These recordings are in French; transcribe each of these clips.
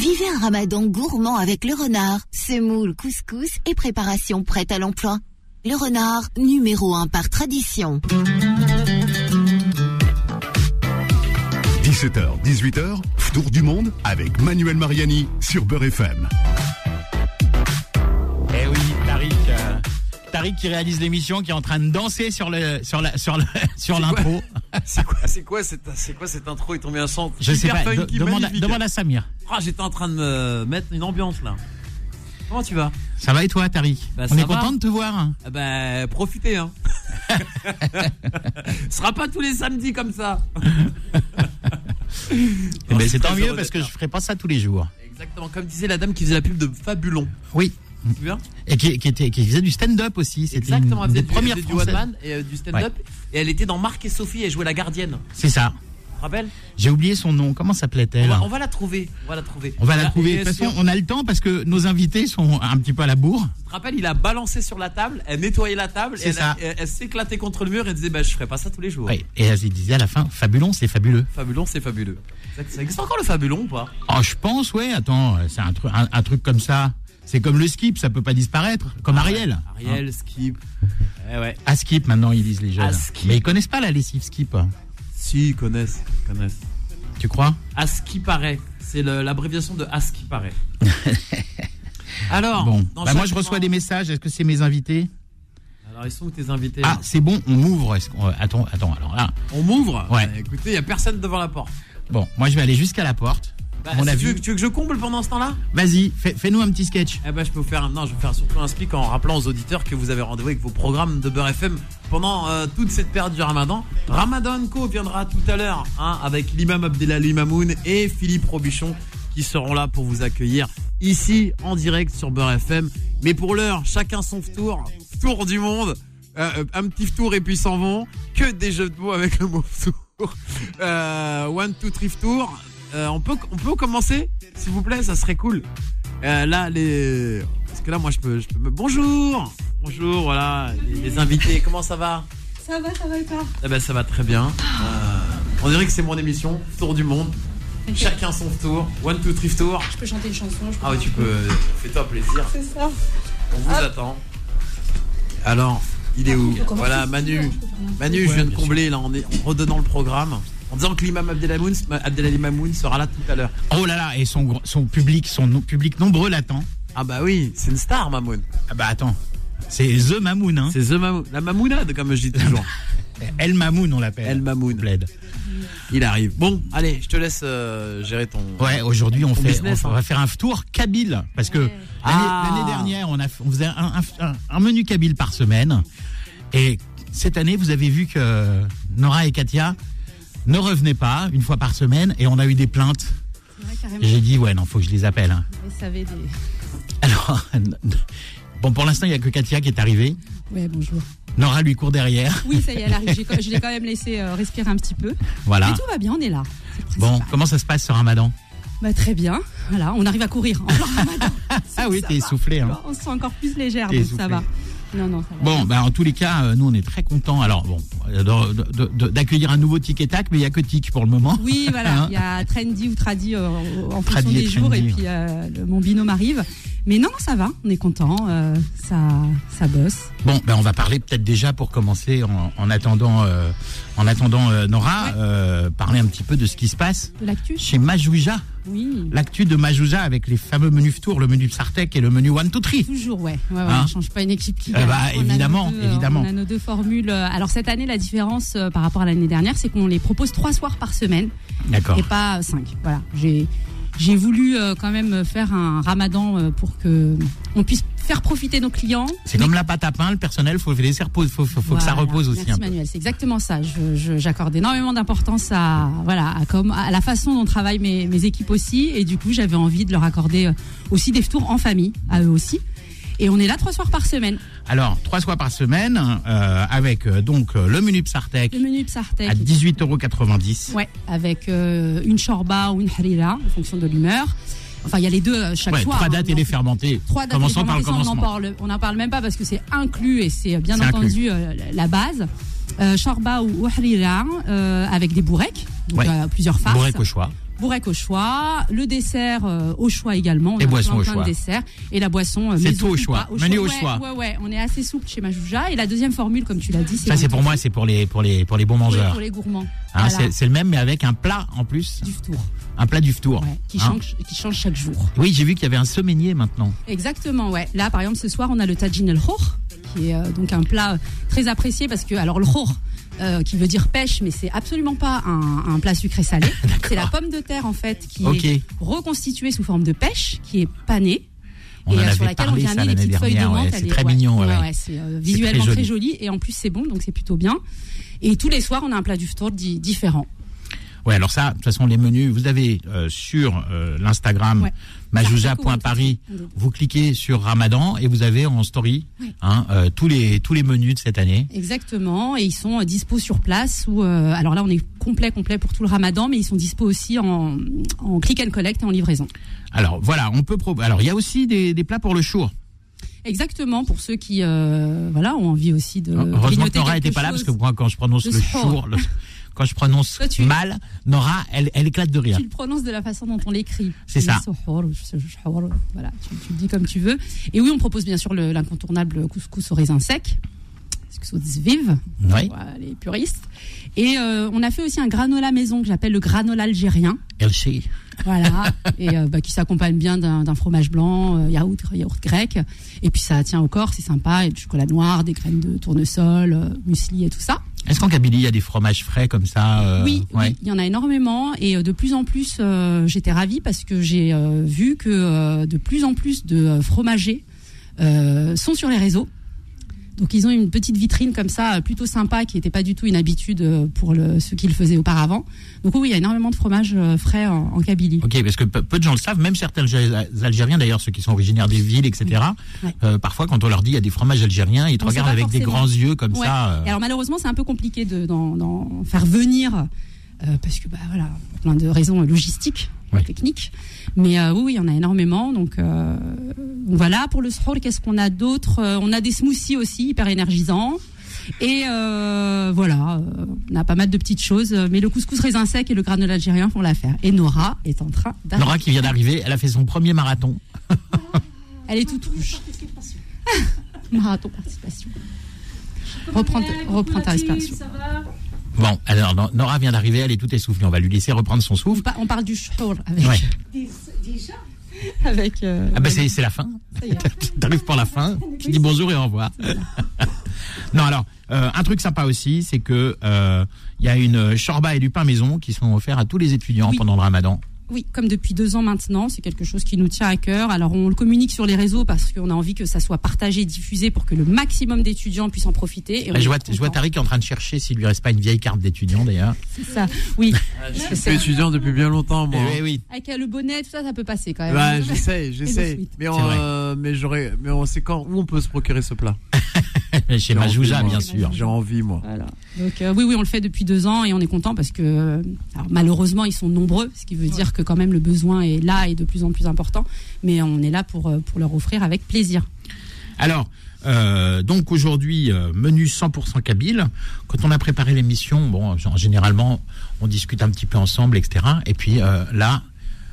Vivez un ramadan gourmand avec le renard, semoule, couscous et préparation prête à l'emploi. Le renard, numéro 1 par tradition. 17h, 18h, Tour du monde avec Manuel Mariani sur Beurre FM. Eh oui, Tariq qui réalise l'émission, qui est en train de danser sur l'intro. C'est quoi cette intro? Ils t'ont mis un chant Je sais pas. magnifique. Demande à Samir. J'étais en train de me mettre une ambiance là. Comment tu vas? Ça va et toi, Tariq? On est content de te voir. Profitez hein. Ce sera pas tous les samedis comme ça. C'est tant mieux parce que je ferai pas ça tous les jours. Exactement, comme disait la dame qui faisait la pub de Fabulon. Oui. Et qui faisait du stand-up aussi. C'était exactement, une des premières du one-man et du stand-up. Ouais. Et elle était dans Marc et Sophie, elle jouait la gardienne. C'est ça. Tu te rappelles? J'ai oublié son nom. Comment s'appelait-elle? On va la trouver. On va la trouver. De toute façon, on a le temps parce que nos invités sont un petit peu à la bourre. Tu te rappelles, il a balancé sur la table, elle nettoyait la table, et elle s'éclatait contre le mur et disait je ferai pas ça tous les jours. Oui. Et elle disait à la fin, Fabulon, c'est fabuleux. Fabulon, c'est fabuleux. Ça existe encore le Fabulon ou pas? Je pense, ouais. Attends, c'est un truc comme ça. C'est comme le skip, ça peut pas disparaître. Comme Ariel. Ariel, skip. Ouais. À skip, maintenant, ils disent les jeunes. Skip. Mais ils connaissent pas la lessive skip. Si, ils connaissent. Tu crois? À ce qui paraît. C'est l'abréviation de à ce qui paraît. Alors, bon. Moi, je reçois des messages. Est-ce que c'est mes invités? Alors, ils sont où tes invités? C'est bon, on m'ouvre. Attends, alors là. On m'ouvre? Ouais. Écoutez, il n'y a personne devant la porte. Bon, moi, je vais aller jusqu'à la porte. Tu veux que je comble pendant ce temps-là? Vas-y, fais-nous un petit sketch. Je vais vous faire surtout un speak en rappelant aux auditeurs que vous avez rendez-vous avec vos programmes de Beurre FM pendant toute cette période du Ramadan. Ramadan Co viendra tout à l'heure avec l'imam Abdelali Mamoun et Philippe Robichon qui seront là pour vous accueillir ici en direct sur Beurre FM. Mais pour l'heure, chacun son tour du monde. Un petit tour et puis s'en vont. Que des jeux de mots avec le mot tour. 1, 2, 3 tour. On peut commencer, s'il vous plaît, ça serait cool. Parce que là, moi, je peux Bonjour, voilà, les invités. Comment ça va? Ça va et toi? Ça va très bien. On dirait que c'est mon émission, Tour du monde. Okay. Chacun son tour. 1, 2, 3 tour. Je peux chanter une chanson. Oui, tu peux. Fais-toi plaisir. C'est ça. On vous attend. Alors, il est où? Voilà, Manu, je viens de combler là, en redonnant le programme. En disant que l'imam Abdelali Mamoun sera là tout à l'heure. Oh là là, et son public nombreux l'attend. Ah bah oui, c'est une star, Mamoun. Ah bah attends, c'est The Mamoun, hein. C'est The Mamoun, la Mamounade, comme je dis toujours. El Mamoun, on l'appelle. El Mamoun. Plaide. Il arrive. Bon, allez, je te laisse gérer ton. Ouais, aujourd'hui on business, va faire un tour kabyle parce que l'année dernière on faisait un menu kabyle par semaine et cette année vous avez vu que Nora et Katia ne revenez pas une fois par semaine et on a eu des plaintes. Ouais, j'ai dit faut que je les appelle. Alors pour l'instant il n'y a que Katia qui est arrivée. Ouais, bonjour. Nora lui court derrière. Oui, ça y est, elle arrive. Je l'ai quand même laissé respirer un petit peu. Voilà. Mais tout va bien, on est là. Bon, comment ça se passe ce Ramadan? Très bien. Voilà, on arrive à courir en Ramadan. Oui, t'es essoufflée. Hein. On se sent encore plus légère, donc ça va. Non, ça va. Bon, en tous les cas, nous on est très contents. Alors d'accueillir un nouveau Tic et Tac, mais il n'y a que Tic pour le moment. Oui, voilà, il y a Trendy ou Tradi en fonction des jours, et puis mon binôme arrive. Mais non, ça va, on est content, ça bosse. Bon, on va parler peut-être déjà pour commencer en attendant Nora, parler un petit peu de ce qui se passe de l'actu chez Majouja. Oui. L'actu de Majouja avec les fameux menus Ftour, le menu Psartek et le menu 1, 2, 3. Toujours, ouais. On change pas une équipe qui gagne. Évidemment. On a nos deux formules. Alors cette année, la différence par rapport à l'année dernière, c'est qu'on les propose 3 soirs par semaine. D'accord. Et pas 5. Voilà. J'ai voulu quand même faire un ramadan pour que on puisse faire profiter nos clients. C'est comme la pâte à pain, le personnel, faut laisser reposer, faut que ça repose aussi. Merci Manuel, c'est exactement ça. J'accorde énormément d'importance à la façon dont travaillent mes équipes aussi, et du coup j'avais envie de leur accorder aussi des tours en famille, à eux aussi. Et on est là 3 soirs par semaine. Alors, 3 soirs par semaine, avec donc le menu Psartek. Le menu Psartek. À 18,90 €. Ouais, avec une shorba ou une harira, en fonction de l'humeur. Enfin, il y a les deux chaque soir. 3 dates et les fermentés. Commençons par le commencement. On n'en parle même pas parce que c'est inclus et c'est bien entendu la base. Shorba ou harira avec des boureks, donc plusieurs farces. Bourrek au choix. Bourrec au choix, le dessert au choix également. On Les a boissons au plein choix. de desserts et la boisson. C'est maison tout au ou choix. pas, Menu au choix. Ouais, on est assez souple chez Majouja. Et la deuxième formule, comme tu l'as dit, Ça, c'est pour moi, c'est pour les bons mangeurs. pour les gourmands. Hein, Voilà. c'est le même, mais avec un plat en plus. Du ftour. Un plat du ftour. Ouais, qui change chaque jour. Oui, j'ai vu qu'il y avait un semainier maintenant. Exactement, ouais. Là, par exemple, ce soir, on a le tajin el khour, qui est donc un plat très apprécié parce que, alors, le khour, qui veut dire pêche, mais c'est absolument pas un plat sucré-salé. C'est la pomme de terre, en fait, qui est reconstituée sous forme de pêche, qui est panée. On en avait sur laquelle on parlé vient ça mis les l'année petites feuilles de dernière. menthe. Ouais, c'est très mignon. Ouais. C'est visuellement très très joli. joli et en plus c'est bon, donc c'est plutôt bien. Et tous les soirs, on a un plat du ftour différent. Ouais, alors ça, de toute façon, les menus, vous avez sur l'Instagram majouja.paris, vous cliquez sur Ramadan et vous avez en story tous les menus de cette année. Exactement, et ils sont dispo sur place. Alors là, on est complet pour tout le Ramadan, mais ils sont dispo aussi en click and collect et en livraison. Alors voilà, alors il y a aussi des plats pour le chour. Exactement, pour ceux qui ont envie aussi de Heureusement que Nora quelque n'était pas là chose. parce que moi, quand je prononce le chour, quand je prononce mal, Nora, elle éclate de rire. Tu le prononces de la façon dont on l'écrit. C'est ça. Voilà, tu le dis comme tu veux. Et oui, on propose bien sûr l'incontournable couscous au raisin sec. Couscous vive, oui. Pour les puristes. Et on a fait aussi un granola maison que j'appelle le granola algérien. Elchi. Voilà, et qui s'accompagne bien d'un fromage blanc, yaourt grec. Et puis ça tient au corps, c'est sympa. Il y a du chocolat noir, des graines de tournesol, muesli et tout ça. Est-ce qu'en Kabylie, il y a des fromages frais comme ça Oui, il y en a énormément. Et de plus en plus, j'étais ravie parce que j'ai vu que de plus en plus de fromagers sont sur les réseaux. Donc ils ont une petite vitrine comme ça, plutôt sympa, qui n'était pas du tout une habitude pour ceux qui le faisaient auparavant. Donc oui, il y a énormément de fromages frais en Kabylie. Ok, parce que peu de gens le savent, même certains Algériens, d'ailleurs ceux qui sont originaires des villes, etc. Ouais. Parfois, quand on leur dit il y a des fromages algériens, ils te regardent avec des grands yeux comme ça. Et alors malheureusement, c'est un peu compliqué d'en faire venir, parce que voilà, pour plein de raisons logistiques. Technique, mais oui, il y en a énormément. Donc voilà, pour le suhour, qu'est-ce qu'on a d'autre? On a des smoothies aussi hyper énergisants. Et voilà, on a pas mal de petites choses. Mais le couscous raisin sec et le granola algérien font l'affaire. Et Nora est en train d'arriver. Nora qui vient d'arriver, elle a fait son premier marathon. Elle est toute rouge. Marathon participation. Reprends ta respiration. Bon, alors Nora vient d'arriver, elle est toute essoufflée. On va lui laisser reprendre son souffle. On parle du suhour avec. Ouais. Déjà. Avec. C'est la fin. T'arrives pour la fin. Tu dis bonjour et au revoir. Non, alors un truc sympa aussi, c'est que il y a une shorba et du pain maison qui sont offerts à tous les étudiants pendant le Ramadan. Oui, comme depuis 2 ans maintenant, c'est quelque chose qui nous tient à cœur. Alors on le communique sur les réseaux parce qu'on a envie que ça soit partagé, diffusé pour que le maximum d'étudiants puissent en profiter. Et je vois Tariq qui est en train de chercher s'il lui reste pas une vieille carte d'étudiant d'ailleurs. C'est ça, oui. Je suis étudiant depuis bien longtemps, moi. Oui. Avec le bonnet, tout ça, ça peut passer quand même. Ouais, j'essaie. Mais on sait quand où on peut se procurer ce plat. Chez Majouja, bien sûr. J'ai envie, moi. Voilà. Donc oui, on le fait depuis 2 ans et on est content parce que alors, malheureusement ils sont nombreux, ce qui veut dire que quand même le besoin est là et de plus en plus important. Mais on est là pour leur offrir avec plaisir. Alors. Donc aujourd'hui, menu 100% kabyle. Quand on a préparé l'émission, bon, généralement, on discute un petit peu ensemble, etc. Et puis là,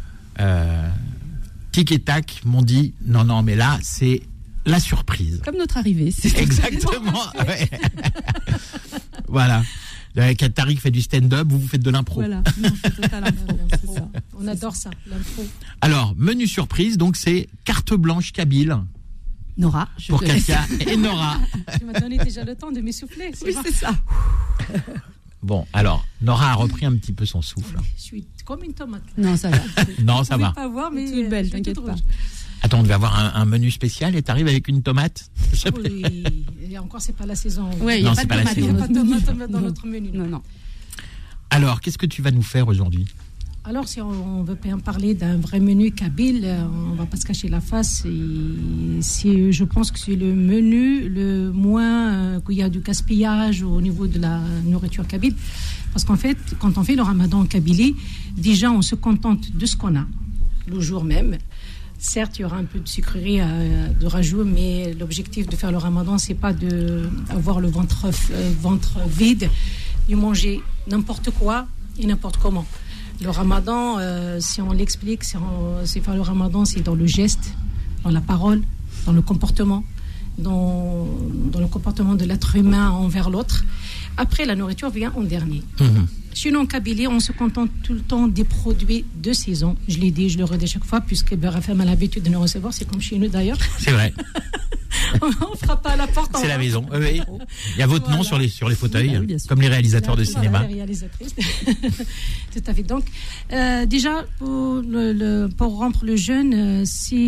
tic et tac m'ont dit non, mais là, c'est la surprise. Comme notre arrivée. C'est exactement. Ouais. Voilà. Tariq fait du stand-up, vous faites de l'impro. Voilà. Non, c'est total impro. On adore ça, l'impro. Alors, menu surprise, donc c'est carte blanche kabyle. Nora, pour Katia et Nora. Tu m'as donné déjà le temps de m'essouffler. Oui, c'est ça. Bon, alors, Nora a repris un petit peu son souffle. Je suis comme une tomate. Non, ça va. Non, ça va. Vous pouvez pas voir, mais toute belle, t'inquiète pas. Attends, on devait avoir un menu spécial et t'arrives avec une tomate. Oui, et encore, c'est pas la saison. Oui, il n'y a pas de tomate. Il n'y a pas de tomate dans notre menu. Non. Alors, qu'est-ce que tu vas nous faire aujourd'hui ? Alors, si on veut bien parler d'un vrai menu kabyle, on ne va pas se cacher la face. Je pense que c'est le menu le moins qu'il y a du gaspillage au niveau de la nourriture kabyle. Parce qu'en fait, quand on fait le ramadan en Kabylie, déjà, on se contente de ce qu'on a, le jour même. Certes, il y aura un peu de sucrerie de rajout, mais l'objectif de faire le ramadan, c'est pas d'avoir le ventre vide, de manger n'importe quoi et n'importe comment. Le ramadan, si on l'explique, c'est faire le ramadan, c'est dans le geste, dans la parole, dans le comportement, dans le comportement de l'être humain envers l'autre. Après, la nourriture vient en dernier. Sinon, en Kabylie, on se contente tout le temps des produits de saison. Je l'ai dit, je le redis chaque fois, puisque Beurre FM a l'habitude de nous recevoir. C'est comme chez nous, d'ailleurs. C'est vrai. On ne frappe pas à la porte. C'est la maison. Oui. Il y a votre nom sur les fauteuils, comme les réalisateurs de cinéma. Les réalisatrices. Tout à fait. Donc, déjà, pour rompre le jeûne,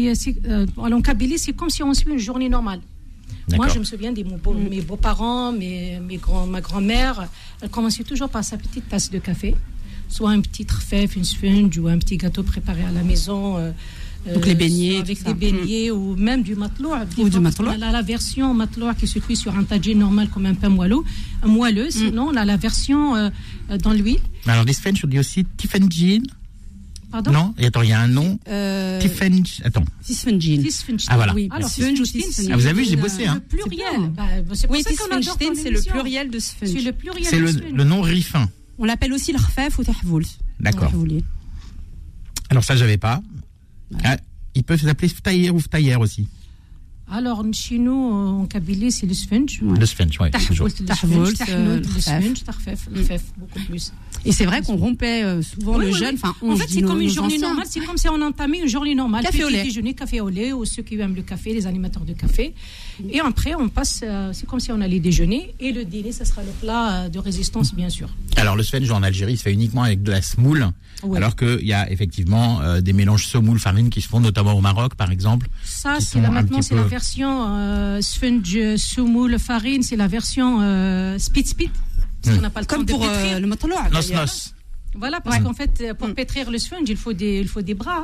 en Kabylie, c'est comme si on suit une journée normale. D'accord. Moi, je me souviens de mes beaux-parents, ma grand-mère. Elle commençait toujours par sa petite tasse de café, soit un petit trfef, une sponge ou un petit gâteau préparé à la maison. Donc les beignets, avec des beignets ou même du matelot. Ou du matelot. On a la version matelot qui se cuit sur un tagine normal comme un pain moelleux. Sinon, on a la version dans l'huile. Alors, les Svench, on dit aussi Tiffenjin. Pardon? Non, et attends, il y a un nom. Tiffenj. Attends. Tisfenjin. Ah, voilà. Oui. Alors, Svenj ou Tisfenjin. Ah, vous avez vu, j'ai bossé, hein. Le pluriel. Oui, Tisfenjin, c'est le pluriel de Svenj. C'est le pluriel. C'est le nom rifin. On l'appelle aussi l'rfaf ou tahvoul. D'accord. Alors, ça, j'avais pas. Ah, ils peuvent s'appeler Ftayer ou Ftayer aussi. Alors, chez nous, en Kabylie, c'est le sponge. Le sponge, oui. Tahvoul, le sponge, tarfef, beaucoup plus. Et c'est vrai qu'on rompait souvent le jeûne. En fait, c'est comme une journée normale. C'est comme si on entamait une journée normale. Café au lait. Déjeuner, café au lait, ou ceux qui aiment le café, les animateurs de café. Et après, on passe, c'est comme si on allait déjeuner. Et le dîner, ça sera le plat de résistance, bien sûr. Alors, le sponge en Algérie, il se fait uniquement avec de la semoule. Oui. Alors qu'il y a effectivement des mélanges semoule-farine qui se font notamment au Maroc, par exemple. Ça, c'est maintenant, c'est la version sponge, semoule, farine. C'est la version spit. Parce qu'on n'a pas le comme temps pour de pétrir. le matelot. Nos. Voilà, parce qu'en fait, pour pétrir le sponge, il faut des bras.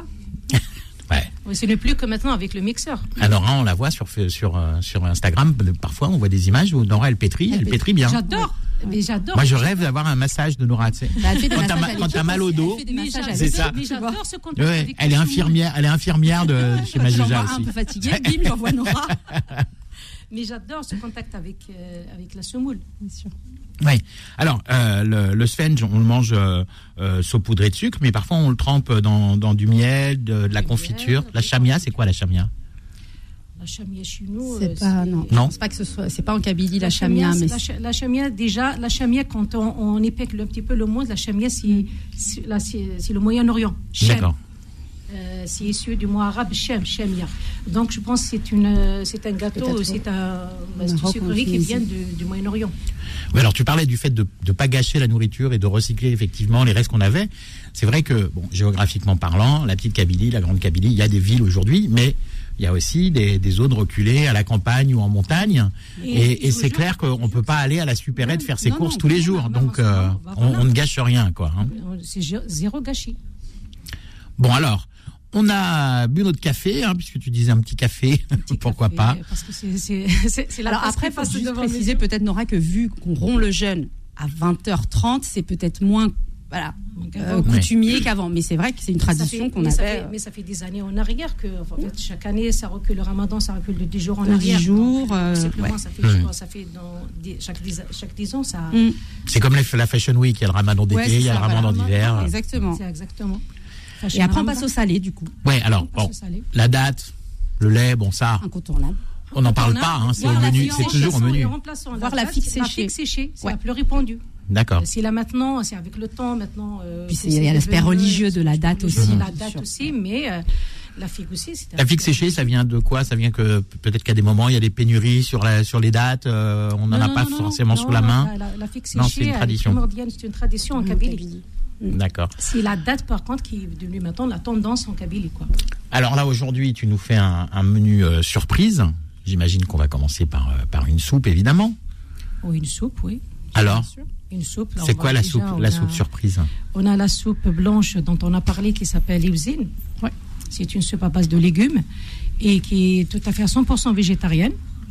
Ouais. Ce n'est plus que maintenant avec le mixeur. Alors, on la voit sur Instagram. Parfois, on voit des images où Nora, elle pétrit bien. J'adore. Mais j'adore. Moi, je rêve d'avoir un massage de Nora. Tu sais. Quand t'as mal au dos, c'est ça. Mais j'adore ce contact avec elle est infirmière de chez Majouja aussi. Un peu fatiguée, bim, j'envoie Nora. Mais j'adore ce contact avec la semoule, bien sûr. Oui. Alors, le sponge, on le mange saupoudré de sucre, mais parfois on le trempe dans du miel, de la confiture. La chamia, c'est quoi la chamia? La chamia chez nous, c'est pas non. C'est pas que c'est pas en Kabylie la chamia, mais la chamia déjà, la chamia quand on épique un petit peu le mot, la chamia c'est le Moyen-Orient. D'accord. C'est issu du mot arabe chamia. Donc je pense que c'est un gâteau, c'est une sucrerie qui vient du Moyen-Orient. Oui, alors tu parlais du fait de ne pas gâcher la nourriture et de recycler effectivement les restes qu'on avait. C'est vrai que, géographiquement parlant, la petite Kabylie, la grande Kabylie, il y a des villes aujourd'hui, mais il y a aussi des zones reculées à la campagne ou en montagne. Et c'est clair qu'on ne peut pas aller à la supérette faire ses courses tous les jours. Donc, on ne gâche rien, quoi. Hein. C'est zéro gâchis. Bon, alors, on a bu notre café, puisque tu disais un petit café, pourquoi pas. Parce que c'est la. Alors après, il faut juste préciser peut-être, Nora, que vu qu'on rompt le jeûne à 20h30, c'est peut-être moins coutumier qu'avant. Mais c'est vrai que c'est une tradition qu'on avait. Mais ça fait des années en arrière que, en fait, chaque année, ça recule. Le ramadan, ça recule de 10 jours en arrière. 10 jours. Simplement, ça fait chaque 10 ans, ça. C'est comme la Fashion Week, il y a le ramadan d'été, il y a le ramadan d'hiver. Exactement. C'est exactement. Et après, on passe au salé, du coup. Ouais, alors, la date, le lait, ça. Incontournable. On n'en parle pas, c'est au menu, c'est toujours au menu. Voir la figue séchée, c'est la plus répandue. D'accord. C'est là maintenant, c'est avec le temps maintenant. Puis il y a l'aspect religieux de la date aussi. La date aussi, mais la figue aussi. La figue séchée, ça vient de quoi? Ça vient que peut-être qu'à des moments il y a des pénuries sur les dates, on n'en a pas forcément sous la main. La figue séchée, c'est une tradition. C'est une tradition en Kabylie. D'accord. C'est la date par contre qui est devenue maintenant la tendance en Kabylie, quoi. Alors là aujourd'hui, tu nous fais un menu surprise. J'imagine qu'on va commencer par une soupe, évidemment. Oui, une soupe, oui. Alors, une soupe. C'est quoi la soupe surprise? On a la soupe blanche dont on a parlé qui s'appelle Ibzine. Ouais. C'est une soupe à base de légumes et qui est tout à fait à 100% végétarienne.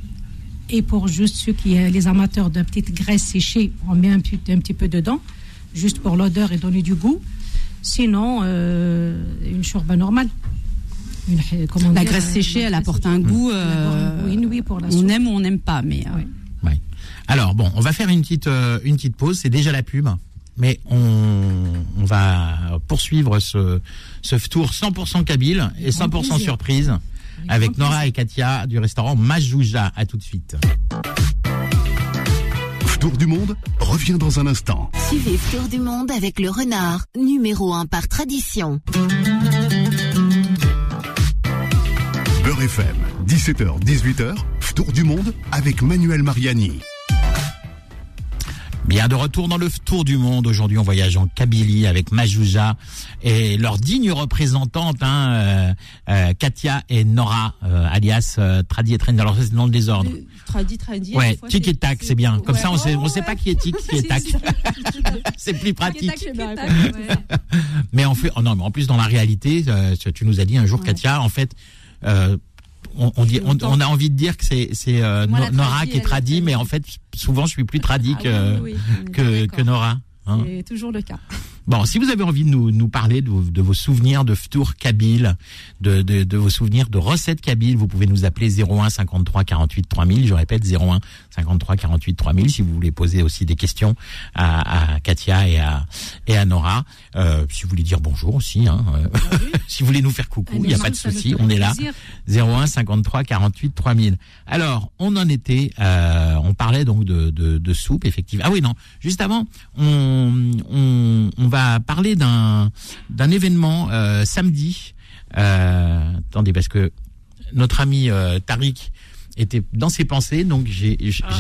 Et pour juste ceux les amateurs de petites graisses séchées, on met un petit peu dedans, juste pour l'odeur et donner du goût. Sinon, une shorba normale. La graisse séchée, elle apporte un goût. Oui, pour la soupe. On aime ou on n'aime pas, mais. Ouais. Alors bon, on va faire une petite pause. C'est déjà la pub. mais on va poursuivre ce tour 100% Kabyle et 100% surprise avec Nora et Katia du restaurant Majouja. À tout de suite. Tour du monde revient dans un instant. Suivez Tour du monde avec le renard, numéro 1 par tradition. Beurre FM, 17h, 18h, Tour du monde avec Manuel Mariani. Bien, de retour dans le Tour du monde. Aujourd'hui, on voyage en Kabylie avec Majouja et leurs dignes représentantes, Katia et Nora, alias Tradi et Trendy. Alors, ça, c'est dans le désordre. Tradi. Ouais, tic et tac, c'est bien. Comme ça, on sait pas qui est tic, qui est tac. C'est plus pratique. Mais en fait, non, mais en plus, dans la réalité, tu nous as dit un jour, Katia, en fait, on a envie de dire que c'est Nora qui est tradi, mais en fait souvent je suis plus tradi que Nora. Hein. C'est toujours le cas. Bon, si vous avez envie de nous parler de vos souvenirs de Ftour Kabyle, de vos souvenirs de recettes Kabyle, vous pouvez nous appeler 01 53 48 3000. Je répète 01 53 48 3000 si vous voulez poser aussi des questions à Katia et à Nora. Si vous voulez dire bonjour aussi, si vous voulez nous faire coucou, il n'y a pas de souci, on est là. 01 53 48 3000. Alors, on en était, on parlait donc de soupe, effectivement. Ah oui, non, juste avant, on va parler d'un événement samedi. Attendez, parce que notre ami Tariq était dans ses pensées, donc j'ai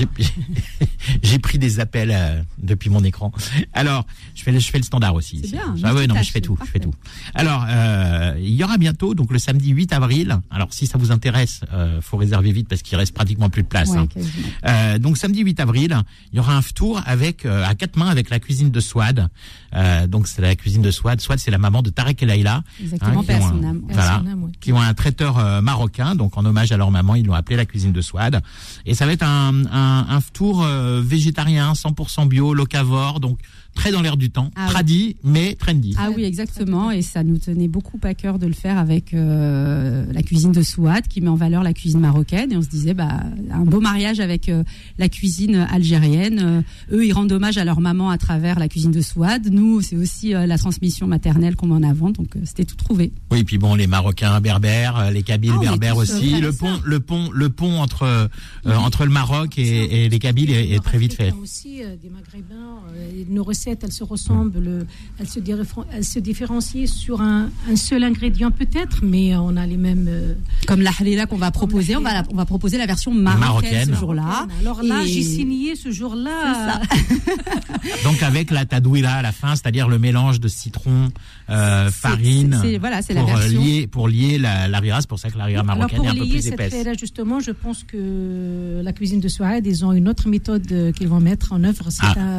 pris des appels depuis mon écran. Alors, je fais le standard aussi. C'est bien. Ah ouais, non, mais je fais tout. Alors, il y aura bientôt, donc le samedi 8 avril. Alors, si ça vous intéresse, faut réserver vite parce qu'il reste pratiquement plus de place. Ouais, donc samedi 8 avril, il y aura un tour avec à quatre mains avec la cuisine de Souad. Donc c'est la cuisine de Souad. Souad, c'est la maman de Tarek et Laïla. Exactement, qui ont un traiteur marocain. Donc en hommage à leur maman, ils l'ont appelé la cuisine de Souad. Et ça va être un tour végétarien, 100% bio, locavore, donc très dans l'air du temps, tradi mais trendy. Ah oui, exactement, et ça nous tenait beaucoup à cœur de le faire avec la cuisine de Souad qui met en valeur la cuisine marocaine, et on se disait un beau mariage avec la cuisine algérienne. Eux, ils rendent hommage à leur maman à travers la cuisine de Souad. Nous, c'est aussi la transmission maternelle qu'on met en avant, donc c'était tout trouvé. Oui, puis bon, les Marocains berbères, les Kabyles berbères aussi, le pont entre le Maroc et les Kabyles est très vite fait. Aussi des Maghrébins, nos recettes, elles se ressemblent, elles se différencient sur un seul ingrédient peut-être, mais on a les mêmes. Comme la halila qu'on va proposer, on va proposer la version marocaine ce jour-là. Alors là, j'ai signé ce jour-là. Donc avec la tadouila à la fin, c'est-à-dire le mélange de citron, farine, c'est la version. Pour lier la rira, c'est pour ça que la rira marocaine est un peu plus épaisse. Pour lier cette justement, je pense que la cuisine de Souad, ils ont une autre méthode qu'ils vont mettre en œuvre.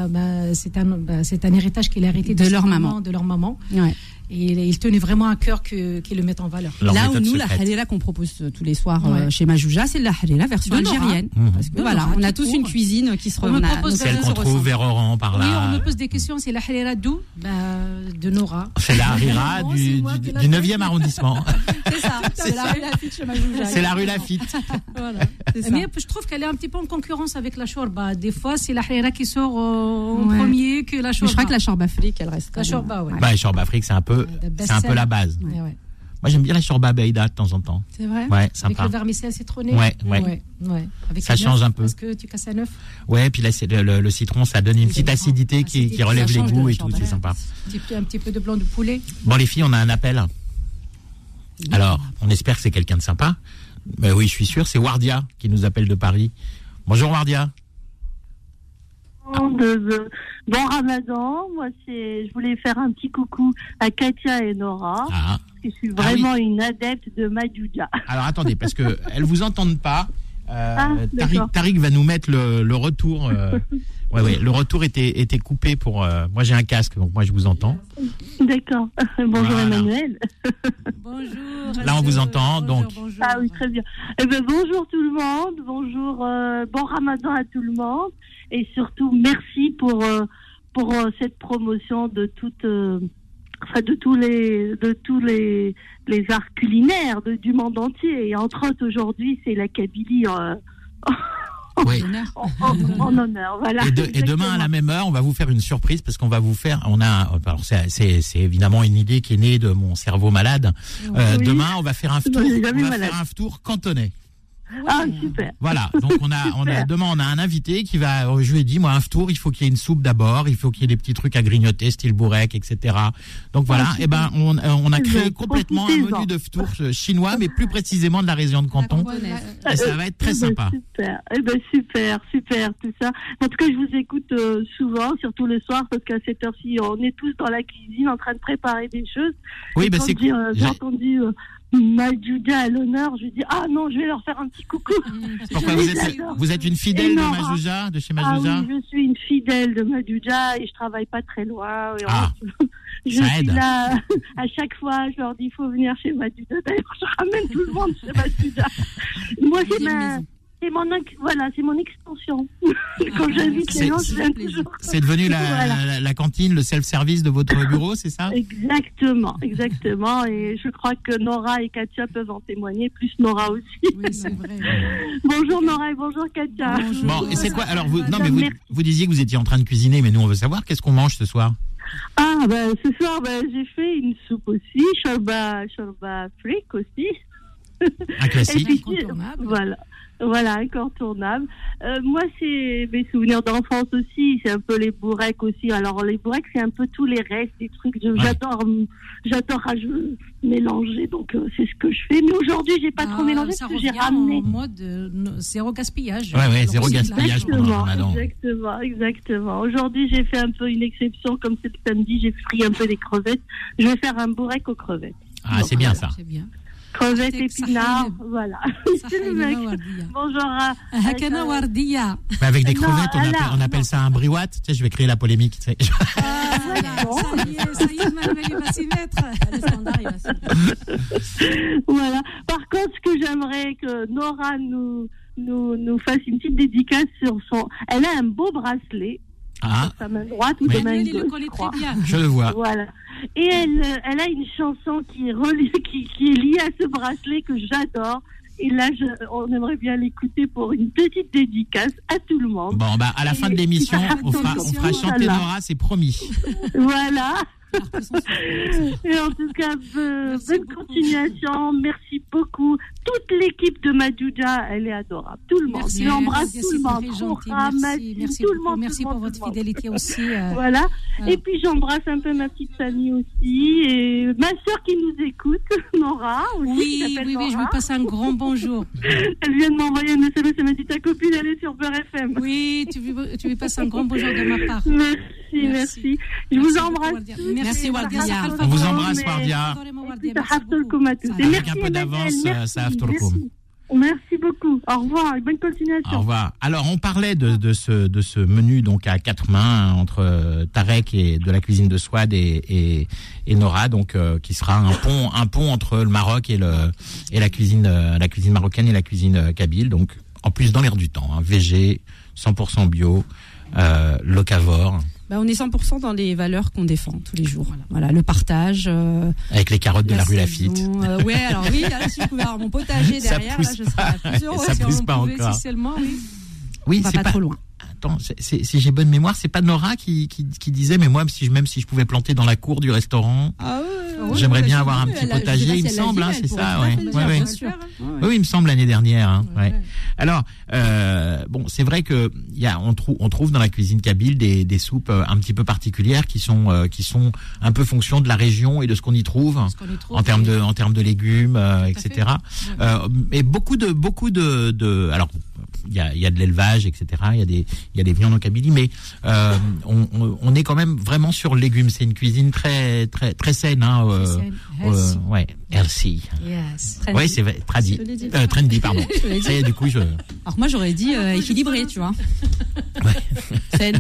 C'est un héritage qu'ils ont hérité de leur maman. Ouais. Et ils tenaient vraiment à cœur qu'ils le mettent en valeur. Là où nous, la halila qu'on propose tous les soirs chez Majouja, c'est la halila version algérienne. Parce que on a tous une cuisine qui se celle qu'on trouve vers Oran par là. Oui, on me pose des questions. C'est la halila d'où de Nora. C'est la harira du 9e arrondissement. C'est ça. C'est la rue Lafitte chez Majouja. C'est la rue Lafitte. Voilà. Mais je trouve qu'elle est un petit peu en concurrence avec la shorba. Des fois, c'est la halila qui sort en premier que la shorba. Je crois que la shorba afrique, elle reste. La shorba, oui. La shorba afrique, c'est un peu la base. Ouais. Moi, j'aime bien la shorba beïda de temps en temps. C'est vrai. Ouais, sympa. Avec le vermicelle citronné. Ouais. Avec ça change un peu. Est-ce que tu casses un œuf? Ouais, puis là, c'est le citron, ça donne une petite acidité qui relève les goûts et tout, c'est sympa. Un petit peu de blanc de poulet. Bon, les filles, on a un appel. Alors, on espère que c'est quelqu'un de sympa. Mais oui, je suis sûr, c'est Wardia qui nous appelle de Paris. Bonjour Wardia. Bon Ramadan, moi je voulais faire un petit coucou à Katia et Nora, parce que je suis vraiment une adepte de Majouja. Alors attendez, parce que elles vous entendent pas. Tariq va nous mettre le retour. Le retour était coupé pour. Moi j'ai un casque, donc moi je vous entends. D'accord. Bonjour Emmanuel. Bonjour. Là on vous entend, donc. Bonjour. Ah oui, très bien. Bonjour tout le monde. Bonjour. Bon Ramadan à tout le monde. Et surtout, merci pour cette promotion de tous les arts culinaires du monde entier. Et entre autres, aujourd'hui, c'est la Kabylie Oui. en honneur, voilà. Et demain à la même heure, on va vous faire une surprise parce qu'on va vous faire. Alors c'est évidemment une idée qui est née de mon cerveau malade. Oui. Demain, on va faire un tour. jamais On va malade. faire un tour cantonais. Ah, super. Voilà, donc demain on a un invité qui va, je lui ai dit, moi un tour, il faut qu'il y ait une soupe d'abord, il faut qu'il y ait des petits trucs à grignoter, style bourrec, etc. Donc voilà, et ben on a créé complètement un menu de tour chinois, mais plus précisément de la région de Canton. Et ça va être très sympa. Super, super tout ça. En tout cas, je vous écoute souvent, surtout le soir, parce qu'à cette heure-ci, on est tous dans la cuisine en train de préparer des choses. Oui, ben c'est j'ai entendu Majouja à l'honneur, je dis non, je vais leur faire un petit coucou. Pourquoi vous êtes une fidèle de Majouja, de chez Majouja? Oui, je suis une fidèle de Majouja et je travaille pas très loin. Je suis aide. là à chaque fois, je leur dis il faut venir chez Majouja. D'ailleurs, je ramène tout le monde chez Majouja. Moi, c'est mon extension. Quand j'invite les gens, je viens toujours. C'est devenu la cantine, le self-service de votre bureau, c'est ça? Exactement. Et je crois que Nora et Katia peuvent en témoigner, plus Nora aussi. Oui, c'est vrai. Bonjour Nora et bonjour Katia. Bonjour. Bon, et c'est quoi? Alors, vous disiez que vous étiez en train de cuisiner, mais nous, on veut savoir qu'est-ce qu'on mange ce soir? Ce soir, j'ai fait une soupe aussi, shorba fric aussi. Un classique. Et puis, voilà, incontournable. Moi, c'est mes souvenirs d'enfance aussi. C'est un peu les bourrecs aussi. Alors, les bourrecs, c'est un peu tous les restes, des trucs. J'adore mélanger. Donc, c'est ce que je fais. Mais aujourd'hui, j'ai pas trop mélangé parce que j'ai ramené. En mode zéro gaspillage. Ouais, zéro gaspillage pendant le Ramadan. Exactement. Aujourd'hui, j'ai fait un peu une exception. Comme c'est le samedi, j'ai frit un peu des crevettes. Je vais faire un bourrec aux crevettes. Ah, c'est bien ça. C'est bien. Crevettes, épinards, voilà. Bonjour à Hakana Wardia. Avec des crevettes, on appelle ça un briouat. Tu sais, je vais créer la polémique. Tu sais. Ça y est, Manuel, il va s'y mettre. Le standard, il va s'y mettre. Voilà. Par contre, ce que j'aimerais que Nora nous fasse une petite dédicace sur son. Elle a un beau bracelet. Sur sa main droite ou de main gauche, je crois. Je le vois. Voilà. Et elle a une chanson qui est liée à ce bracelet que j'adore. Et là, on aimerait bien l'écouter pour une petite dédicace à tout le monde. Bon, à la fin de l'émission, on fera chanter Nora, c'est promis. Voilà. Et en tout cas, bonne continuation. Merci beaucoup. Toute l'équipe de Majouja, elle est adorable. Tout le monde. J'embrasse tout le monde. Merci tout le monde. Merci pour votre fidélité aussi. Voilà. Et puis j'embrasse un peu ma petite famille aussi et ma sœur qui nous écoute, Nora. Aussi, oui, je lui passe un grand bonjour. Elle vient de m'envoyer un SMS, elle m'a dit ta copine, elle est sur Beurre FM. Oui, tu lui passes un grand bonjour de ma part. Merci. Je vous embrasse. Merci Wardia. On vous embrasse, Wardia. Avec un peu d'avance, ça aftourkoum. Merci beaucoup. Au revoir et bonne continuation. Au revoir. Alors, on parlait de ce menu donc à quatre mains entre Tarek et de la cuisine de Souad et Nora, donc qui sera un pont entre le Maroc et la cuisine marocaine et la cuisine kabyle. Donc, en plus dans l'air du temps, végé, 100% bio, locavore. On est 100% dans les valeurs qu'on défend tous les jours. Voilà, le partage. Avec les carottes de la rue Lafitte. Là, si je pouvais avoir mon potager derrière, là, je serais la plus heureuse. Ça pousse pas encore. Si seulement, oui, on va pas trop loin. Attends, si j'ai bonne mémoire, c'est pas Nora qui disait, mais moi, même si je pouvais planter dans la cour du restaurant, j'aimerais bien avoir un petit potager, il me semble, c'est ça, Oui, il me semble l'année dernière. Alors, c'est vrai que on trouve dans la cuisine kabyle des soupes un petit peu particulières qui sont un peu fonction de la région et de ce qu'on y trouve en termes de légumes, etc. Et beaucoup de alors il y a de l'élevage, etc. Il y a des viandes en Kabylie, mais on est quand même vraiment sur le légume. C'est une cuisine très très très saine, healthy. Yes. Oui, c'est vrai, trendy, pardon. Ça y est, du coup, Alors moi, j'aurais dit équilibré, tu vois. Saine.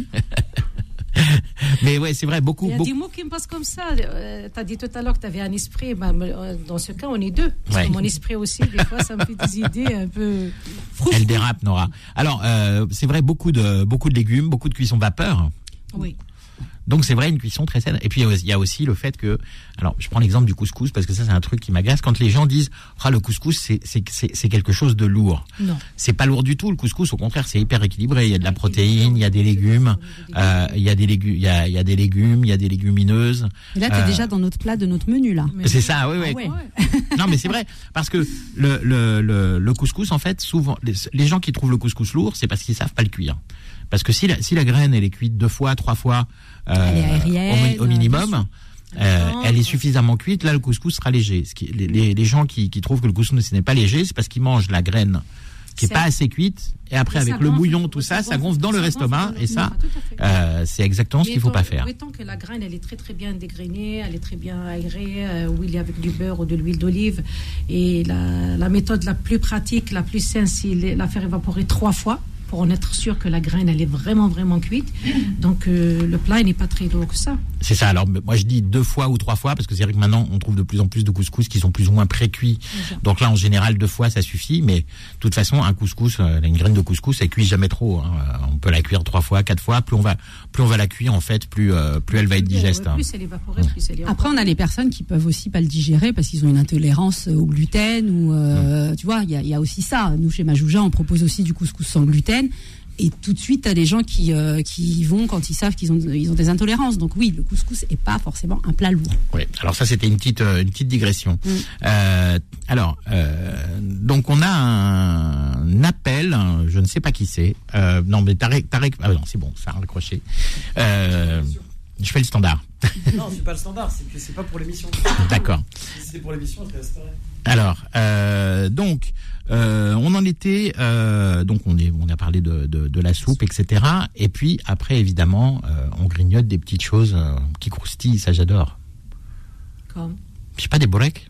Mais ouais, c'est vrai, beaucoup. Il y a des mots qui me passent comme ça. Tu as dit tout à l'heure que tu avais un esprit. Dans ce cas, on est deux. Parce que mon esprit aussi, des fois, ça me fait des idées un peu froufrou. Elle dérape, Nora. Alors, c'est vrai, beaucoup de légumes, beaucoup de cuisson vapeur. Oui. Donc c'est vrai, une cuisson très saine. Et puis il y a aussi le fait que, alors je prends l'exemple du couscous parce que ça c'est un truc qui m'agace quand les gens disent le couscous c'est quelque chose de lourd. Non. C'est pas lourd du tout. Le couscous au contraire c'est hyper équilibré. Il y a de la protéine, il y a des légumes, il y a des légumes, il y a des légumes, il y a des légumineuses. Et là, tu es déjà dans notre plat de notre menu, là. C'est ça, oui. Ah ouais. Non, mais c'est vrai, parce que le couscous, en fait, souvent, les gens qui trouvent le couscous lourd, c'est parce qu'ils savent pas le cuire. Parce que si la graine, elle est cuite 2 fois, 3 fois, elle est aérienne, au minimum, elle est suffisamment cuite, là, le couscous sera léger. Les gens qui trouvent que le couscous ce n'est pas léger, c'est parce qu'ils mangent la graine qui est pas assez cuite, et après avec le bouillon, tout ça, ça gonfle dans leur estomac, et ça, c'est exactement ce qu'il faut pas faire. Tant que la graine, elle est très très bien dégrainée, elle est très bien aérée, ou il est avec du beurre ou de l'huile d'olive, et la méthode la plus pratique, la plus saine, c'est la faire évaporer 3 fois, pour en être sûr que la graine, elle est vraiment, vraiment cuite. Donc, le plat, il n'est pas très lourd que ça. C'est ça. Alors, moi, je dis 2 fois ou 3 fois, parce que c'est vrai que maintenant, on trouve de plus en plus de couscous qui sont plus ou moins pré-cuits. Donc là, en général, 2 fois, ça suffit. Mais, de toute façon, un couscous, une graine de couscous, elle cuit jamais trop. Hein. On peut la cuire 3 fois, 4 fois. Plus on va la cuire, en fait, plus elle va être digeste. Plus elle est évaporée, plus elle est Après, on a les personnes qui peuvent aussi pas le digérer parce qu'ils ont une intolérance au gluten ou, tu vois, il y a aussi ça. Nous, chez Majouja, on propose aussi du couscous sans gluten. Et tout de suite, t'as des gens qui vont quand ils savent qu'ils ont des intolérances. Donc oui, le couscous est pas forcément un plat lourd. Oui. Alors ça, c'était une petite digression. Donc on a un appel. Je ne sais pas qui c'est. Non, mais Tarek. Ah non, c'est bon, ça a raccroché. Je fais le standard. Non, c'est pas le standard. C'est que c'est pas pour l'émission. D'accord. Si c'était pour l'émission, je resterais. Alors, donc, on en était, donc on a parlé de la soupe, etc. Et puis après, évidemment, on grignote des petites choses qui croustillent, ça j'adore. Comme Je sais pas, des boreks.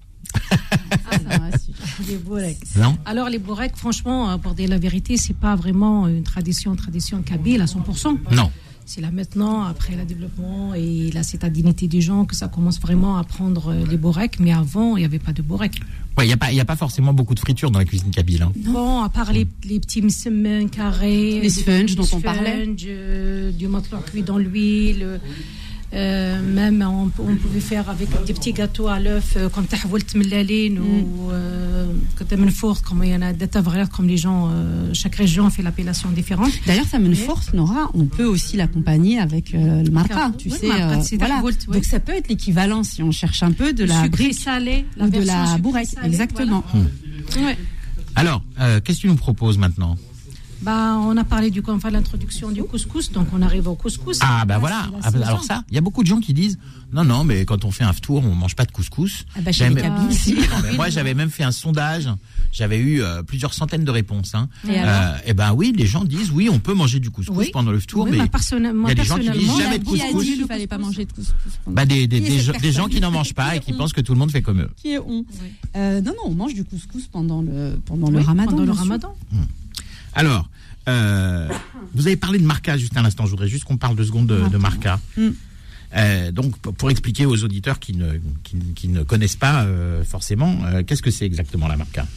Les boreks. Non. Alors les boreks, franchement, pour dire la vérité, c'est pas vraiment une tradition kabyle à 100%. Non. C'est là maintenant, après le développement et la citadinité des gens, que ça commence vraiment à prendre les boreks. Mais avant, il n'y avait pas de boreks. Ouais, il y a pas forcément beaucoup de friture dans la cuisine kabyle. Hein. Bon, à part les petits msemmen carrés, les sponges dont on parlait, du matelot cuit dans l'huile. Même on pouvait faire avec des petits gâteaux à l'œuf comme tahwoult mellaline ou comme menfourt, comme il y en a des tavrières, comme les gens, chaque région fait l'appellation différente. D'ailleurs, ça menfourt, Nora, on peut aussi l'accompagner avec le marca, tu sais. Voilà. Donc ça peut être l'équivalent si on cherche un peu de la brique salée, ou de la bourrette, exactement. Voilà. Ouais. Alors, qu'est-ce que tu nous proposes maintenant? On a parlé de l'introduction du couscous, donc on arrive au couscous. Ah voilà. Alors ça, il y a beaucoup de gens qui disent non, mais quand on fait un ftour, on mange pas de couscous. Chez les Kabyles, si. Moi, j'avais même fait un sondage. J'avais eu plusieurs centaines de réponses. Hein. Et ben oui, les gens disent oui, on peut manger du couscous pendant le ftour, mais il y a des gens qui disent jamais de couscous. Qui a dit qu'il fallait pas manger de couscous? Des gens qui n'en mangent pas et qui pensent que tout le monde fait comme eux. Qui est on. Non, on mange du couscous pendant le Ramadan. Pendant le Ramadan. Alors, vous avez parlé de marca juste un instant. Je voudrais juste qu'on parle 2 secondes de marca. Donc, pour expliquer aux auditeurs qui ne connaissent pas forcément, qu'est-ce que c'est exactement la marca?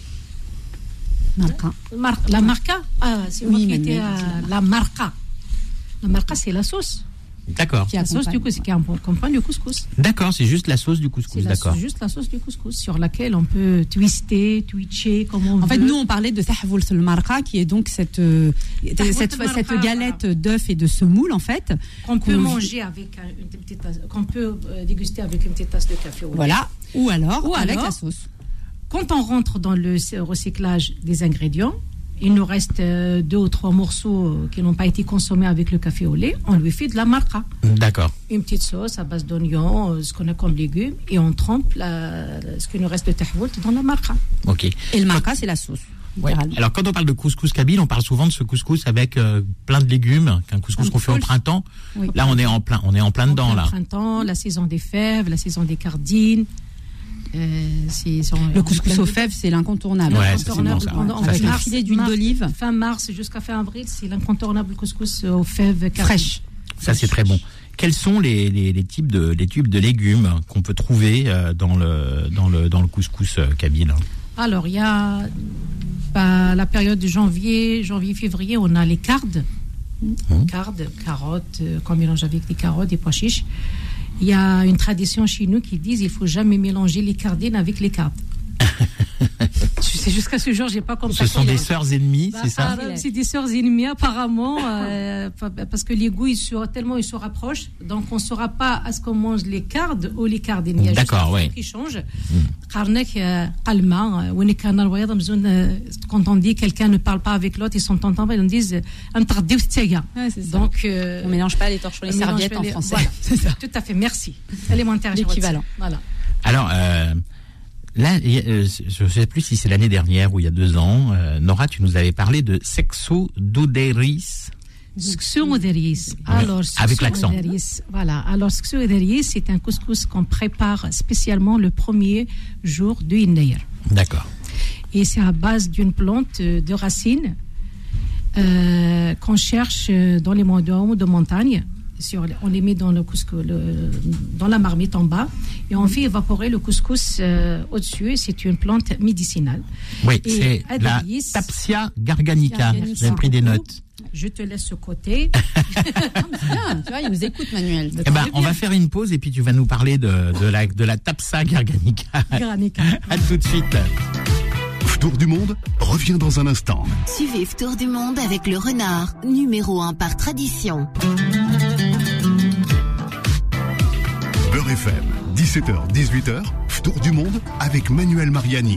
La marca, c'est moi qui étais la marca. La marca, c'est la sauce. D'accord. La sauce du couscous, qui accompagne le couscous. D'accord, c'est juste la sauce du couscous, d'accord. C'est juste la sauce du couscous sur laquelle on peut twitcher comme on veut. En fait, nous, on parlait de tahwoult al-marqa, qui est donc cette galette d'œuf et de semoule, en fait. Qu'on peut manger avec une petite tasse, qu'on peut déguster avec une petite tasse de café au lait. Voilà. Ou alors avec la sauce. Quand on rentre dans le recyclage des ingrédients, il nous reste 2 ou 3 morceaux qui n'ont pas été consommés avec le café au lait. On lui fait de la marca. D'accord. Une petite sauce à base d'oignons, ce qu'on a comme légumes, et on trempe ce qui nous reste de tahwoult dans la marca. Ok. Et le marca, c'est la sauce. Ouais. Alors quand on parle de couscous kabyle, on parle souvent de ce couscous avec plein de légumes, qu'un couscous qu'on fait au printemps. Oui. Là, on est en plein dedans là. Le printemps, la saison des fèves, la saison des cardines. Le couscous aux fèves, c'est l'incontournable. Ouais, l'incontournable. Avec un filet d'huile d'olive. Fin mars jusqu'à fin avril, c'est l'incontournable couscous aux fèves fraîches. Ça, c'est très bon. Quels sont les types de légumes qu'on peut trouver dans le couscous kabyle? Alors, il y a la période de janvier, février, on a les cardes. Cardes, carottes, qu'on mélange avec des carottes, des pois chiches. Il y a une tradition chez nous qui dit qu'il ne faut jamais mélanger les cardines avec les cardes. C'est jusqu'à ce jour, j'ai pas compris. Ce sont des sœurs ennemies, c'est ça? C'est des sœurs ennemies apparemment, parce que les goûts ils se rapprochent, donc on ne saura pas est-ce qu'on mange les cardes ou les cardines. Il y a juste un truc qui change. Quand on dit quelqu'un ne parle pas avec l'autre, ils sont entendus, ils disent donc on mélange pas les torchons et les serviettes en français. Voilà, c'est ça. Tout à fait, merci. Élémentaire, l'équivalent. Voilà. Alors, là, je ne sais plus si c'est l'année dernière ou il y a 2 ans, Nora, tu nous avais parlé de sexo-doderis. Alors, avec l'accent. Voilà. Alors, sexo-doderis, c'est un couscous qu'on prépare spécialement le premier jour du Innayer. D'accord. Et c'est à base d'une plante de racines qu'on cherche dans les monts de montagne. On les met dans le couscous, dans la marmite en bas, et on fait évaporer le couscous au-dessus. C'est une plante médicinale. Oui, et c'est la Tapsia garganica. J'ai pris des notes. Je te laisse ce côté. Bien, tu vois, il nous écoute, Manuel. On va faire une pause et puis tu vas nous parler de la Tapsia garganica. À tout de suite. Tour du monde revient dans un instant. Suivez Tour du monde avec le renard, numéro 1 par tradition. Beurre FM, 17h-18h, Tour du monde avec Manuel Mariani.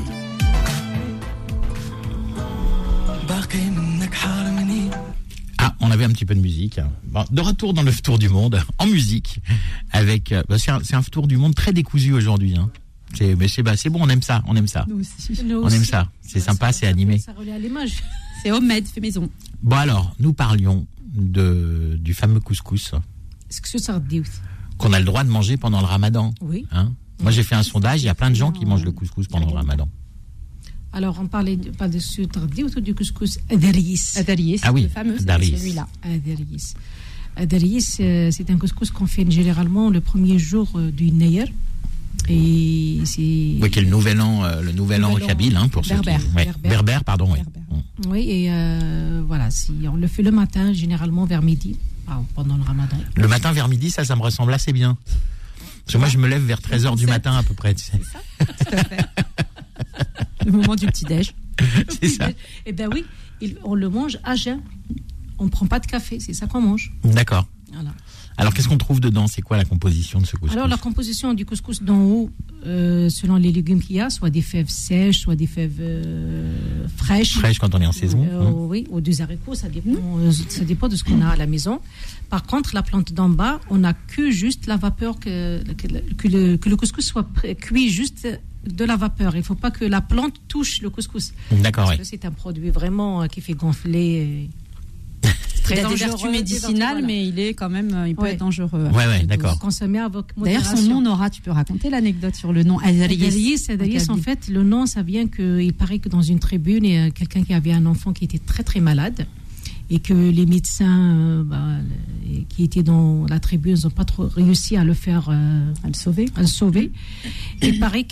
Ah, on avait un petit peu de musique. Bon, de retour dans le Tour du monde, en musique, avec. C'est un Tour du monde très décousu aujourd'hui. Hein. C'est bon, on aime ça. Nous aussi. On aime ça. C'est sympa, c'est animé. Ça relie à l'image. C'est homemade, fait maison. Bon alors, nous parlions du fameux couscous. Est-ce que ça dit qu'on a le droit de manger pendant le Ramadan. Oui. Hein? Moi, j'ai fait un sondage. Il y a plein de gens qui mangent le couscous pendant le Ramadan. Alors, on parle de ce tardi ou du couscous Adaris. Adaris, ah oui, le fameux, c'est celui-là. Adaris, c'est un couscous qu'on fait généralement le premier jour du Nayer. Et c'est... Oui, qui est le nouvel an kabyle, hein, pour berbère. Ceux qui... Berbère, pardon. Oui, oui et voilà, on le fait le matin, généralement vers midi, pendant le Ramadan. Le matin vers midi, ça me ressemble assez bien. Parce que moi, je me lève vers 13h du matin à peu près. Tu sais. C'est ça, tout à fait. Le moment du petit-déj. C'est ça. Eh bien oui, on le mange à jeun. On ne prend pas de café, c'est ça qu'on mange. D'accord. Voilà. Alors, qu'est-ce qu'on trouve dedans? C'est quoi la composition de ce couscous? Alors, la composition du couscous d'en haut, selon les légumes qu'il y a, soit des fèves sèches, soit des fèves fraîches. Fraîches quand on est en saison. Oui, ou des haricots, ça dépend de ce qu'on a à la maison. Par contre, la plante d'en bas, on n'a que juste la vapeur, que le couscous soit cuit juste de la vapeur. Il ne faut pas que la plante touche le couscous. D'accord, parce que c'est un produit vraiment qui fait gonfler... Il a des vertus médicinales, mais il est quand même, il peut être dangereux. Ouais, d'accord. Consommer avec modération. D'ailleurs, son nom, Nora, tu peux raconter l'anecdote sur le nom Adaris. Adaris, en fait, le nom, ça vient qu'il paraît que dans une tribune, il y a quelqu'un qui avait un enfant qui était très très malade et que les médecins qui étaient dans la tribune n'ont pas trop réussi à le faire, à le sauver. Il paraît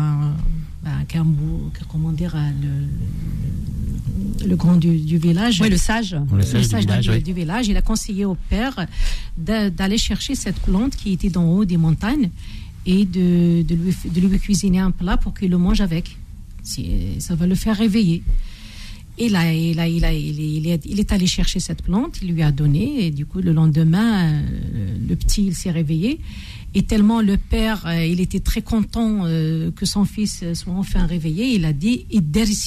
le grand du village. Oui, le sage du village. Il a conseillé au père d'aller chercher cette plante qui était d'en haut des montagnes et de lui cuisiner un plat pour qu'il le mange avec. Ça va le faire réveiller. Et là, il est allé chercher cette plante, il lui a donné, et du coup, le lendemain, le petit, il s'est réveillé. Et tellement le père, il était très content que son fils soit enfin réveillé, il a dit « Idersis ».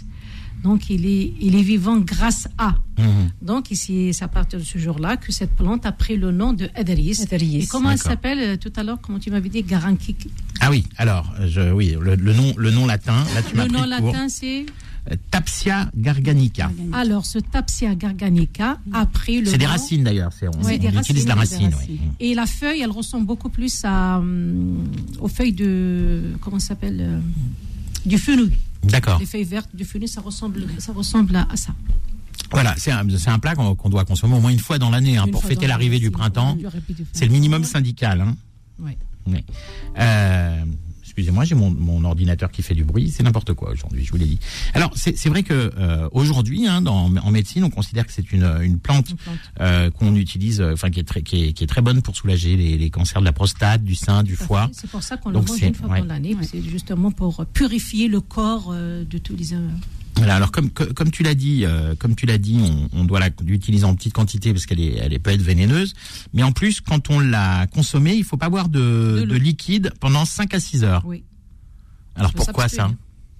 Donc, il est vivant grâce à. Donc, c'est à partir de ce jour-là que cette plante a pris le nom de Adaris. Et comment elle s'appelle tout à l'heure? Comment tu m'avais dit? Garankik. Ah oui, alors, le nom latin. Là, tu m'as pris le nom latin, c'est Tapsia garganica. Alors, ce Tapsia garganica a pris le nom. C'est des racines d'ailleurs. On utilise la racine. Oui. Et la feuille, elle ressemble beaucoup plus aux feuilles de. Comment ça s'appelle? Du fenouil. D'accord. Les feuilles vertes du fenouil, ça ressemble à ça. Voilà, c'est un plat qu'on doit consommer au moins une fois dans l'année pour fêter l'arrivée du printemps. C'est le minimum syndical. Hein. Oui. excusez-moi, j'ai mon ordinateur qui fait du bruit, c'est n'importe quoi aujourd'hui, je vous l'ai dit. Alors c'est vrai que aujourd'hui, en médecine, on considère que c'est une plante qu'on utilise, enfin qui est très bonne pour soulager les cancers de la prostate, du sein, du foie. C'est pour ça qu'on le mange une fois dans l'année, c'est justement pour purifier le corps de tous les. Voilà, alors comme tu l'as dit, on doit l'utiliser en petite quantité parce qu'elle peut être vénéneuse. Mais en plus, quand on l'a consommée, il faut pas boire de liquide pendant 5 à 6 heures. Oui. Alors pourquoi ça ?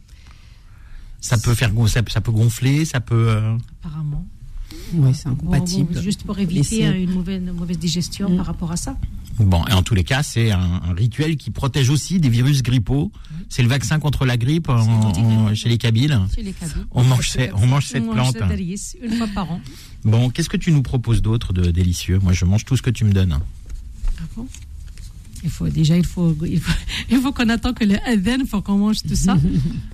Ça peut peut gonfler, ça peut. Apparemment. Oui, c'est incompatible. Bon, juste pour éviter une mauvaise digestion par rapport à ça. Bon, et en tous les cas, c'est un rituel qui protège aussi des virus grippaux. C'est le vaccin contre la grippe chez les Kabyles. Chez les Kabyles. On mange cette plante. Une fois par an. Bon, qu'est-ce que tu nous proposes d'autre de délicieux ? Moi, je mange tout ce que tu me donnes. Ah bon ? Il faut qu'on attend que le adhan pour qu'on mange tout ça.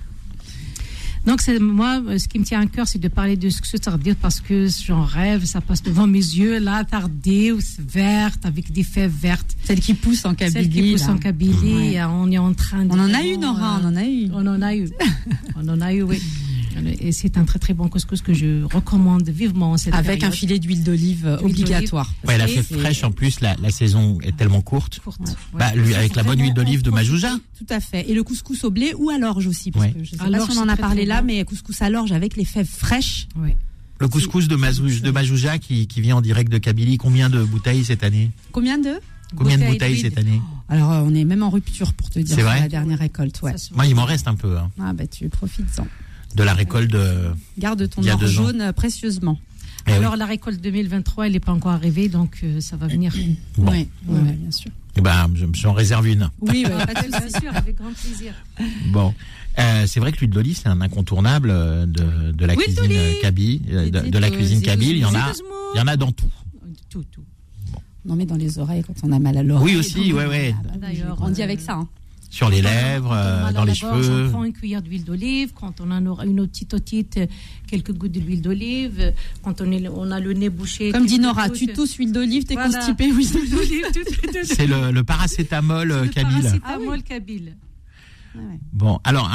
Donc, moi, ce qui me tient à cœur, c'est de parler de ce tardive parce que j'en rêve, ça passe devant mes yeux, là, tardive, verte, avec des feuilles vertes. Celle qui pousse en Kabylie. Celle qui pousse en Kabylie, ouais. On est en train de... On en a eu, Nora, on en a eu. On en a eu, oui. Et c'est un très très bon couscous que je recommande vivement en cette avec période. un filet d'huile d'olive obligatoire. Ouais, la fête fraîche en plus, la saison est tellement courte. Ouais. Avec la bonne huile d'olive de Majouja. Tout à fait. Et le couscous au blé ou à l'orge aussi, parce que je sais pas si on en a parlé là, mais couscous à l'orge avec les fèves fraîches. Oui. Le couscous de Majouja qui vient en direct de Kabylie, combien de bouteilles cette année ? Combien de bouteilles cette année ? Alors on est même en rupture pour te dire. C'est vrai ? La dernière récolte, ouais. Moi, il m'en reste un peu. Hein. Ah bah tu profites-en. De la récolte de... Garde ton or jaune précieusement. Alors la récolte 2023, elle n'est pas encore arrivée, donc ça va venir. Bon. Oui, bien sûr. J'en réserve une. Oui, pas de souci. Bien sûr, avec grand plaisir. Bon, c'est vrai que l'huile d'olive, c'est un incontournable de la cuisine kabyle, de la cuisine kabyle. Il y en a dans tout. Tout. On en met dans les oreilles quand on a mal à l'oreille. Oui aussi, ouais. D'ailleurs, on dit avec ça. Hein. Sur les lèvres, dans les cheveux. On prend une cuillère d'huile d'olive. Quand on en aura une petite otite, quelques gouttes d'huile d'olive. Quand on a le nez bouché. Comme dit Nora, tu tousses huile d'olive, t'es constipé, huile d'olive. C'est le paracétamol kabyle. Le paracétamol kabyle. Bon, alors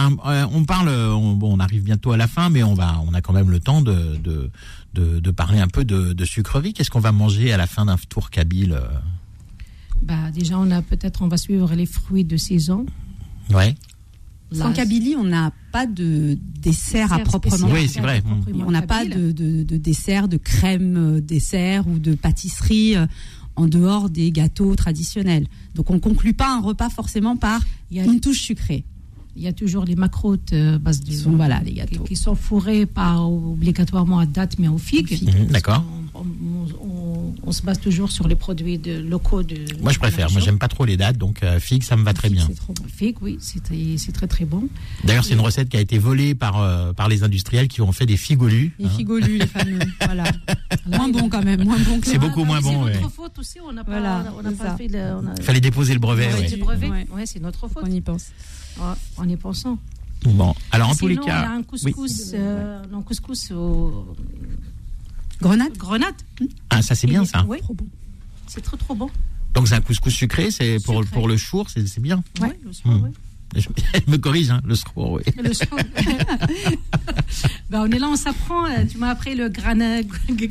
on arrive bientôt à la fin, mais on a quand même le temps de parler un peu de sucreries. Qu'est-ce qu'on va manger à la fin d'un tour kabyle? Déjà, on va suivre les fruits de saison. Ouais. En Kabylie, on n'a pas de dessert à proprement. Oui, c'est vrai. On n'a pas de dessert, de crème dessert ou de pâtisserie en dehors des gâteaux traditionnels. Donc, on ne conclut pas un repas forcément par une touche sucrée. Il y a toujours les macroutes base de les gâteaux qui sont fourrés pas obligatoirement à date, mais aux figues. D'accord. On se base toujours sur les produits locaux de. Moi, je préfère. Moi, j'aime pas trop les dates, donc figues, ça me va très bien. C'est trop bon. Figues, oui, c'est très très bon. D'ailleurs, c'est une recette qui a été volée par les industriels qui ont fait des figolus. Les figolus, les fameux. Voilà. Moins bon quand même, moins bon. C'est beaucoup moins bon. C'est notre faute aussi. On n'a pas fait. Il fallait déposer le brevet. Ouais, c'est notre faute. On y pense. En y pensant. Bon, alors en tous les cas. On a un couscous, couscous au. Grenade. Ah, ça c'est bien ça. Oui. C'est trop bon. Donc c'est un couscous sucré, c'est pour le chour, c'est bien. Oui, le chour, oui. Elle me corrige, le chour, oui. Le chour. On est là, on s'apprend. Tu m'as appris le granat.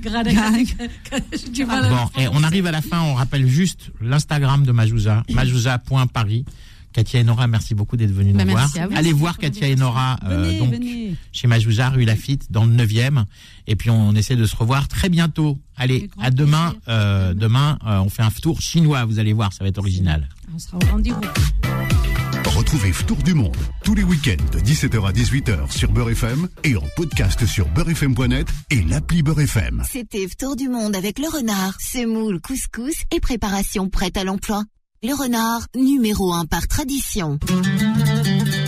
Bon, et on arrive à la fin, on rappelle juste l'Instagram de Majouja, majouja.paris. Katia et Nora, merci beaucoup d'être venus nous voir. Allez voir Katia et Nora venez. Chez Majouja, rue Lafitte, dans le 9e. Et puis on essaie de se revoir très bientôt. Allez, à demain. Demain, on fait un tour chinois, vous allez voir, ça va être original. On sera au rendez-vous. Retrouvez Tour du Monde tous les week-ends de 17h à 18h sur Beurre FM et en podcast sur beurrefm.net et l'appli Beurre FM. C'était Tour du Monde avec le renard, semoule, couscous et préparation prête à l'emploi. Le renard, numéro 1 par tradition.